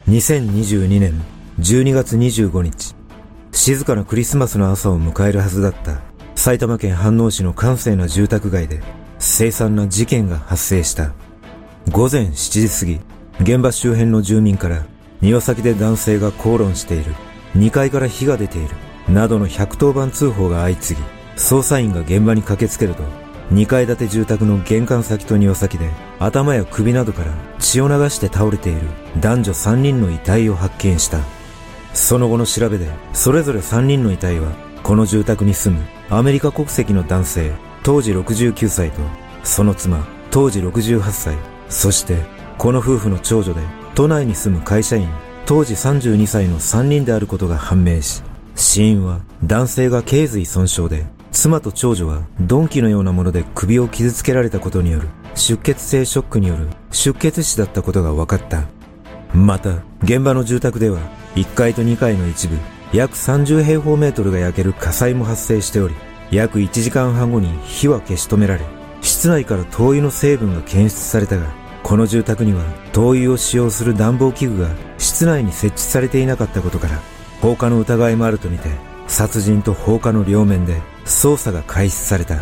2022年12月25日、静かなクリスマスの朝を迎えるはずだった埼玉県飯能市の閑静な住宅街で凄惨な事件が発生した。午前7時過ぎ、現場周辺の住民から庭先で男性が口論している、2階から火が出ているなどの110番通報が相次ぎ、捜査員が現場に駆けつけると、2階建て住宅の玄関先と庭先で頭や首などから血を流して倒れている男女3人の遺体を発見した。その後の調べで、それぞれ3人の遺体はこの住宅に住むアメリカ国籍の男性当時69歳とその妻当時68歳、そしてこの夫婦の長女で都内に住む会社員当時32歳の3人であることが判明し、死因は男性が頸髄損傷で、妻と長女は鈍器のようなもので首を傷つけられたことによる出血性ショックによる出血死だったことが分かった。また現場の住宅では1階と2階の一部約30平方メートルが焼ける火災も発生しており、約1時間半後に火は消し止められ、室内から灯油の成分が検出されたが、この住宅には灯油を使用する暖房器具が室内に設置されていなかったことから、放火の疑いもあるとみて、殺人と放火の両面で捜査が開始された。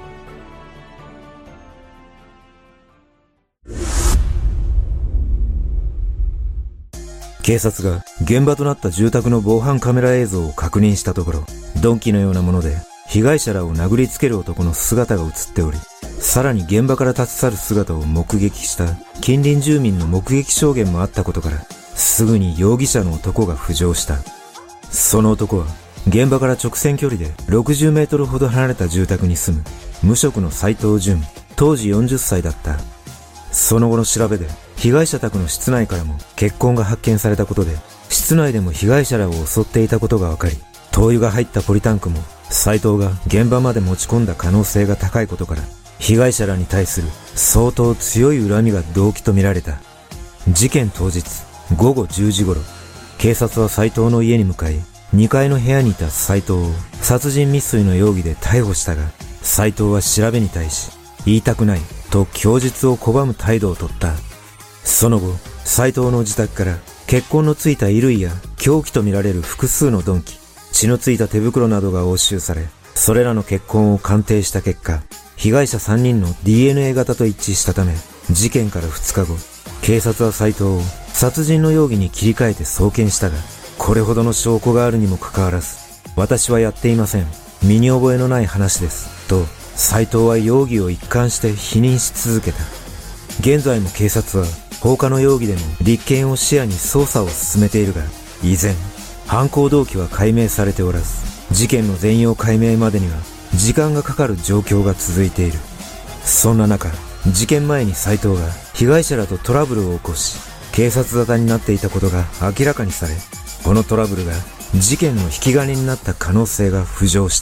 警察が現場となった住宅の防犯カメラ映像を確認したところ、鈍器のようなもので被害者らを殴りつける男の姿が映っており、さらに現場から立ち去る姿を目撃した近隣住民の目撃証言もあったことから、すぐに容疑者の男が浮上した。その男は現場から直線距離で60メートルほど離れた住宅に住む無職の斉藤淳、当時40歳だった。その後の調べで、被害者宅の室内からも血痕が発見されたことで、室内でも被害者らを襲っていたことが分かり、灯油が入ったポリタンクも斉藤が現場まで持ち込んだ可能性が高いことから、被害者らに対する相当強い恨みが動機とみられた。事件当日午後10時頃、警察は斉藤の家に向かい、2階の部屋にいた斉藤を殺人未遂の容疑で逮捕したが、斉藤は調べに対し、言いたくないと供述を拒む態度を取った。その後、斉藤の自宅から血痕のついた衣類や凶器とみられる複数の鈍器、血のついた手袋などが押収され、それらの血痕を鑑定した結果、被害者3人の DNA 型と一致したため、事件から2日後、警察は斉藤を殺人の容疑に切り替えて送検したが、これほどの証拠があるにもかかわらず、私はやっていません、身に覚えのない話ですと、斉藤は容疑を一貫して否認し続けた。現在も警察は放火の容疑での立件を視野に捜査を進めているが、依然犯行動機は解明されておらず、事件の全容解明までには時間がかかる状況が続いている。そんな中、事件前に斉藤が被害者らとトラブルを起こし、警察沙汰になっていたことが明らかにされ、このトラブルが事件の引き金になった可能性が浮上した。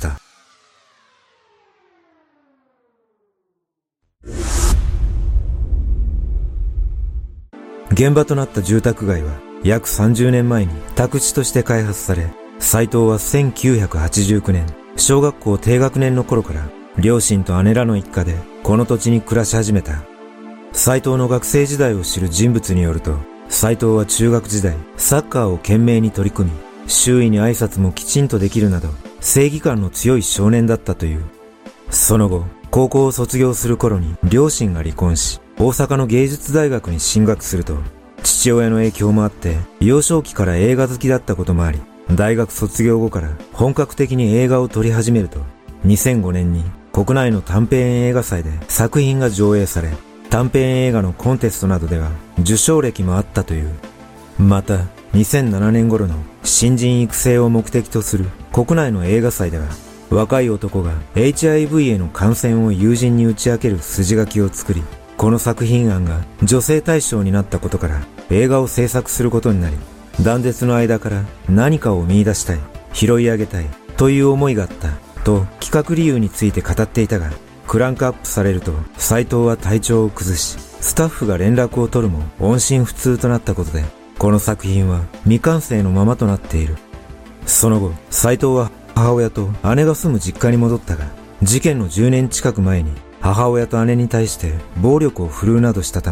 現場となった住宅街は約30年前に宅地として開発され、斉藤は1989年、小学校低学年の頃から両親と姉らの一家でこの土地に暮らし始めた。斉藤の学生時代を知る人物によると、斉藤は中学時代サッカーを懸命に取り組み、周囲に挨拶もきちんとできるなど正義感の強い少年だったという。その後、高校を卒業する頃に両親が離婚し、大阪の芸術大学に進学すると、父親の影響もあって幼少期から映画好きだったこともあり、大学卒業後から本格的に映画を撮り始めると、2005年に国内の短編映画祭で作品が上映され、短編映画のコンテストなどでは受賞歴もあったという。また2007年頃の新人育成を目的とする国内の映画祭では、若い男が HIV への感染を友人に打ち明ける筋書きを作り、この作品案が女性対象になったことから映画を制作することになり、断絶の間から何かを見出したい、拾い上げたいという思いがあったと企画理由について語っていたが、クランクアップされると斉藤は体調を崩し、スタッフが連絡を取るも音信不通となったことで、この作品は未完成のままとなっている。その後、斉藤は母親と姉が住む実家に戻ったが、事件の10年近く前に母親と姉に対して暴力を振るうなどしたため、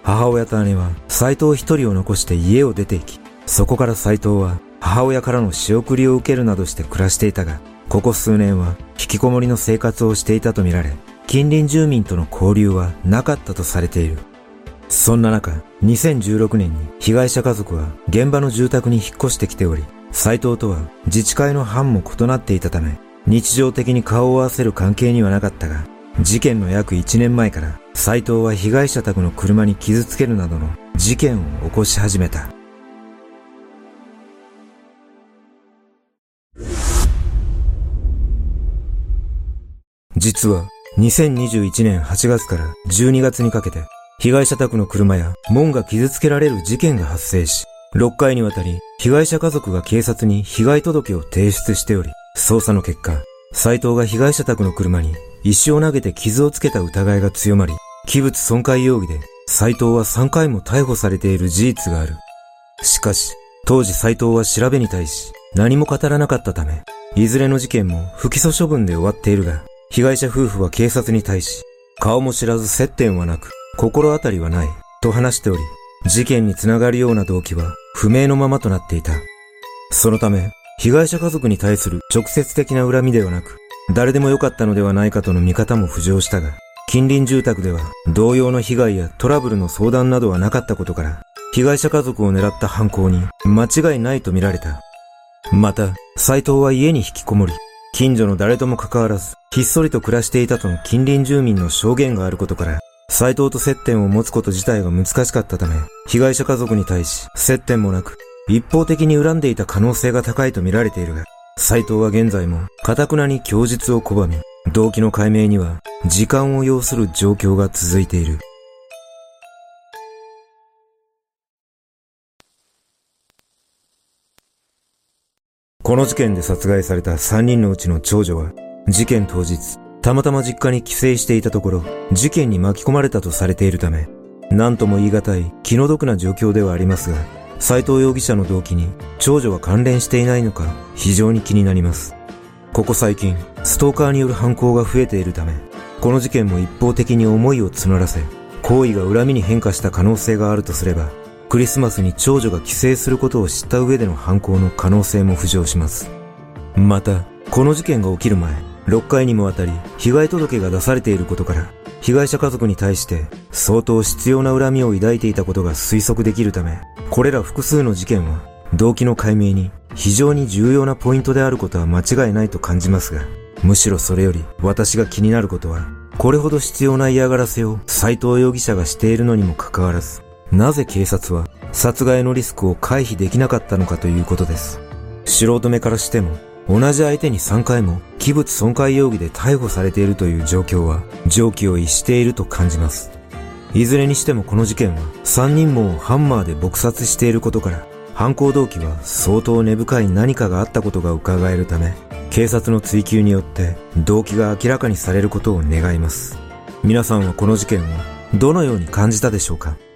母親と姉は斉藤一人を残して家を出て行き、そこから斉藤は母親からの仕送りを受けるなどして暮らしていたが、ここ数年は引きこもりの生活をしていたとみられ、近隣住民との交流はなかったとされている。そんな中、2016年に被害者家族は現場の住宅に引っ越してきており、斉藤とは自治会の班も異なっていたため、日常的に顔を合わせる関係にはなかったが、事件の約1年前から斉藤は被害者宅の車に傷つけるなどの事件を起こし始めた。実は2021年8月から12月にかけて被害者宅の車や門が傷つけられる事件が発生し、6回にわたり被害者家族が警察に被害届を提出しており、捜査の結果、斉藤が被害者宅の車に石を投げて傷をつけた疑いが強まり、器物損壊容疑で斉藤は3回も逮捕されている事実がある。しかし、当時斉藤は調べに対し何も語らなかったため、いずれの事件も不起訴処分で終わっているが、被害者夫婦は警察に対し、顔も知らず接点はなく、心当たりはない、と話しており、事件につながるような動機は不明のままとなっていた。そのため、被害者家族に対する直接的な恨みではなく、誰でもよかったのではないかとの見方も浮上したが、近隣住宅では同様の被害やトラブルの相談などはなかったことから、被害者家族を狙った犯行に間違いないと見られた。また、斉藤は家に引きこもり、近所の誰とも関わらず、ひっそりと暮らしていたとの近隣住民の証言があることから、斉藤と接点を持つこと自体が難しかったため、被害者家族に対し接点もなく、一方的に恨んでいた可能性が高いと見られているが、斉藤は現在も堅くなに供述を拒み、動機の解明には時間を要する状況が続いている。この事件で殺害された3人のうちの長女は、事件当日、たまたま実家に帰省していたところ、事件に巻き込まれたとされているため、何とも言い難い気の毒な状況ではありますが、斉藤容疑者の動機に長女は関連していないのか非常に気になります。ここ最近、ストーカーによる犯行が増えているため、この事件も一方的に思いを募らせ、行為が恨みに変化した可能性があるとすれば、クリスマスに長女が帰省することを知った上での犯行の可能性も浮上します。また、この事件が起きる前、6回にもわたり被害届が出されていることから、被害者家族に対して相当執拗な恨みを抱いていたことが推測できるため、これら複数の事件は動機の解明に非常に重要なポイントであることは間違いないと感じますが、むしろそれより私が気になることは、これほど執拗な嫌がらせを斉藤容疑者がしているのにもかかわらず、なぜ警察は殺害のリスクを回避できなかったのかということです。素人目からしても、同じ相手に3回も器物損壊容疑で逮捕されているという状況は常軌を逸していると感じます。いずれにしてもこの事件は3人もをハンマーで撲殺していることから、犯行動機は相当根深い何かがあったことが伺えるため、警察の追及によって動機が明らかにされることを願います。皆さんはこの事件をどのように感じたでしょうか？